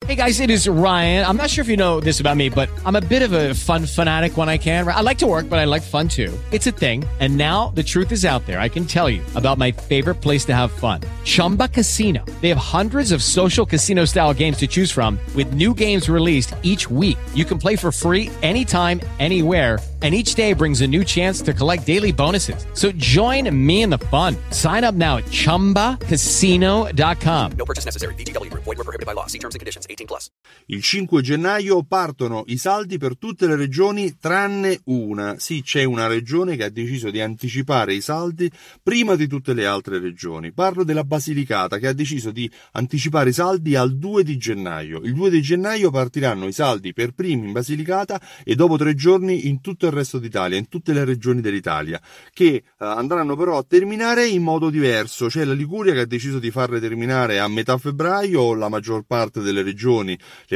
Hey guys, it is Ryan. I'm not sure if you know this about me, but I'm a bit of a fun fanatic when I can. I like to work, but I like fun too. It's a thing. And now the truth is out there. I can tell you about my favorite place to have fun. Chumba Casino. They have hundreds of social casino style games to choose from with new games released each week. You can play for free anytime, anywhere. And each day brings a new chance to collect daily bonuses. So join me in the fun. Sign up now at ChumbaCasino.com. No purchase necessary. VGW Group. Void where prohibited by law. See terms and conditions. 18+. Il 5 gennaio partono i saldi per tutte le regioni tranne una. Sì, c'è una regione che ha deciso di anticipare i saldi prima di tutte le altre regioni. Parlo della Basilicata, che ha deciso di anticipare i saldi al 2 di gennaio. Il 2 di gennaio partiranno i saldi per primi in Basilicata e dopo 3 giorni in tutto il resto d'Italia, in tutte le regioni dell'Italia, che andranno però a terminare in modo diverso. C'è la Liguria che ha deciso di farle terminare a metà febbraio, la maggior parte delle regioni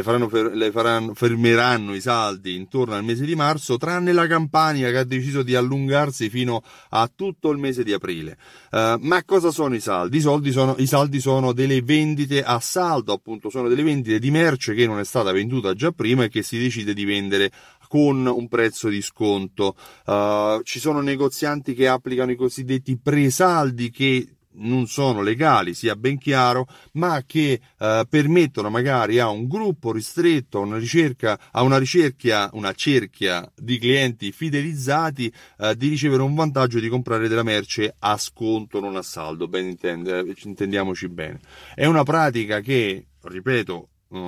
fermeranno i saldi intorno al mese di marzo, tranne la Campania che ha deciso di allungarsi fino a tutto il mese di aprile. Ma cosa sono i saldi? I saldi sono delle vendite a saldo, appunto, sono delle vendite di merce che non è stata venduta già prima e che si decide di vendere con un prezzo di sconto. Ci sono negozianti che applicano i cosiddetti presaldi, che non sono legali, sia ben chiaro, ma che permettono magari a un gruppo ristretto, a una cerchia di clienti fidelizzati di ricevere un vantaggio di comprare della merce a sconto, non a saldo, intendiamoci bene. È una pratica che, ripeto,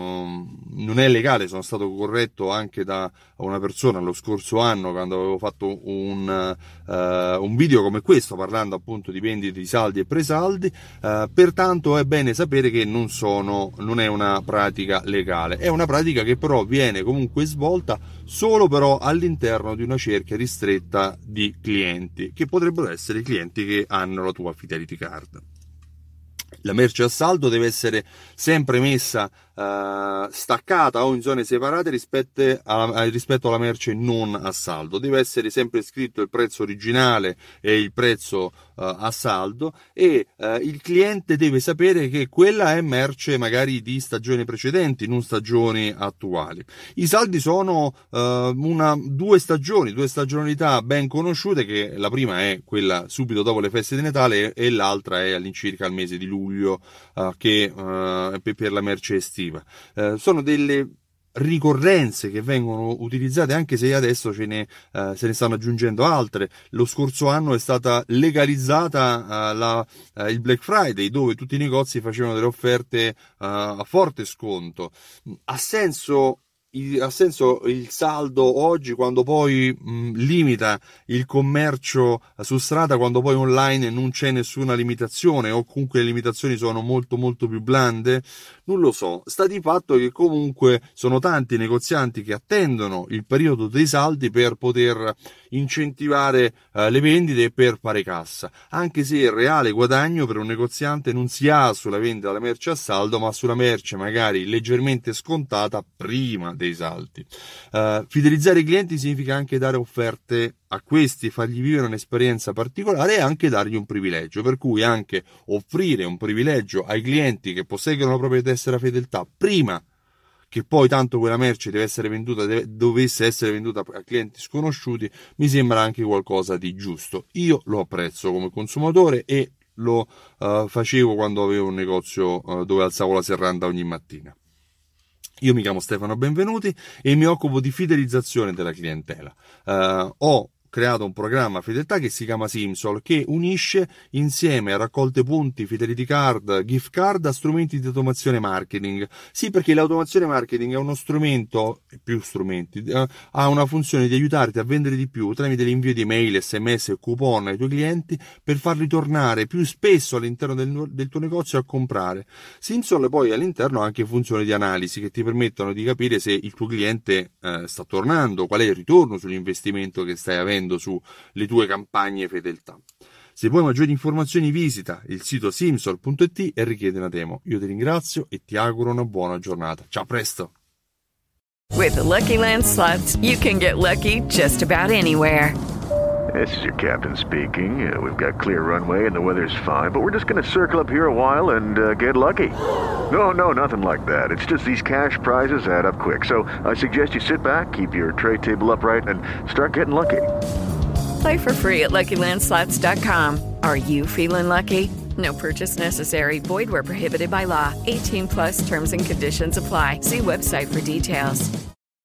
non è legale. Sono stato corretto anche da una persona lo scorso anno quando avevo fatto un video come questo parlando appunto di vendite di saldi e presaldi, pertanto è bene sapere che non è una pratica legale, è una pratica che però viene comunque svolta solo però all'interno di una cerchia ristretta di clienti, che potrebbero essere i clienti che hanno la tua Fidelity Card. La merce a saldo deve essere sempre messa staccata o in zone separate rispetto alla merce non a saldo. Deve essere sempre scritto il prezzo originale e il prezzo a saldo, e il cliente deve sapere che quella è merce magari di stagioni precedenti, non stagioni attuali. I saldi sono due stagionalità ben conosciute, che la prima è quella subito dopo le feste di Natale e l'altra è all'incirca al mese di luglio, che per la merce estiva. Sono delle ricorrenze che vengono utilizzate, anche se adesso se ne stanno aggiungendo altre. Lo scorso anno è stata legalizzata il Black Friday, dove tutti i negozi facevano delle offerte a forte sconto. Ha senso il saldo oggi, quando poi limita il commercio su strada, quando poi online non c'è nessuna limitazione, o comunque le limitazioni sono molto molto più blande? Non lo so. Sta di fatto che comunque sono tanti negozianti che attendono il periodo dei saldi per poter incentivare le vendite e per fare cassa, anche se il reale guadagno per un negoziante non si ha sulla vendita della merce a saldo, ma sulla merce magari leggermente scontata prima dei saldi. Fidelizzare i clienti significa anche dare offerte a questi, fargli vivere un'esperienza particolare e anche dargli un privilegio, per cui anche offrire un privilegio ai clienti che posseggono la propria tessera fedeltà prima che poi tanto quella merce dovesse essere venduta a clienti sconosciuti, mi sembra anche qualcosa di giusto. Io lo apprezzo come consumatore e lo facevo quando avevo un negozio dove alzavo la serranda ogni mattina. Io mi chiamo Stefano Benvenuti e mi occupo di fidelizzazione della clientela. Ho creato un programma fedeltà che si chiama Simsol, che unisce insieme a raccolte punti, Fidelity Card, gift card, a strumenti di automazione marketing. Sì, perché l'automazione marketing è uno strumento, più strumenti, ha una funzione di aiutarti a vendere di più tramite l'invio di mail, sms e coupon ai tuoi clienti per farli tornare più spesso all'interno del tuo negozio a comprare. Simsol poi all'interno ha anche funzioni di analisi che ti permettono di capire se il tuo cliente sta tornando, qual è il ritorno sull'investimento che stai avendo sulle tue campagne fedeltà. Se vuoi maggiori informazioni visita il sito simsol.it e richiedi una demo. Io ti ringrazio e ti auguro una buona giornata. Ciao, a presto! With the Lucky Land Slots, you can get lucky just about anywhere. This is your captain speaking. We've got clear runway and the weather's fine, but we're just going to circle up here a while and get lucky. No, nothing like that. It's just these cash prizes add up quick. So I suggest you sit back, keep your tray table upright, and start getting lucky. Play for free at LuckyLandSlots.com. Are you feeling lucky? No purchase necessary. Void where prohibited by law. 18+ terms and conditions apply. See website for details.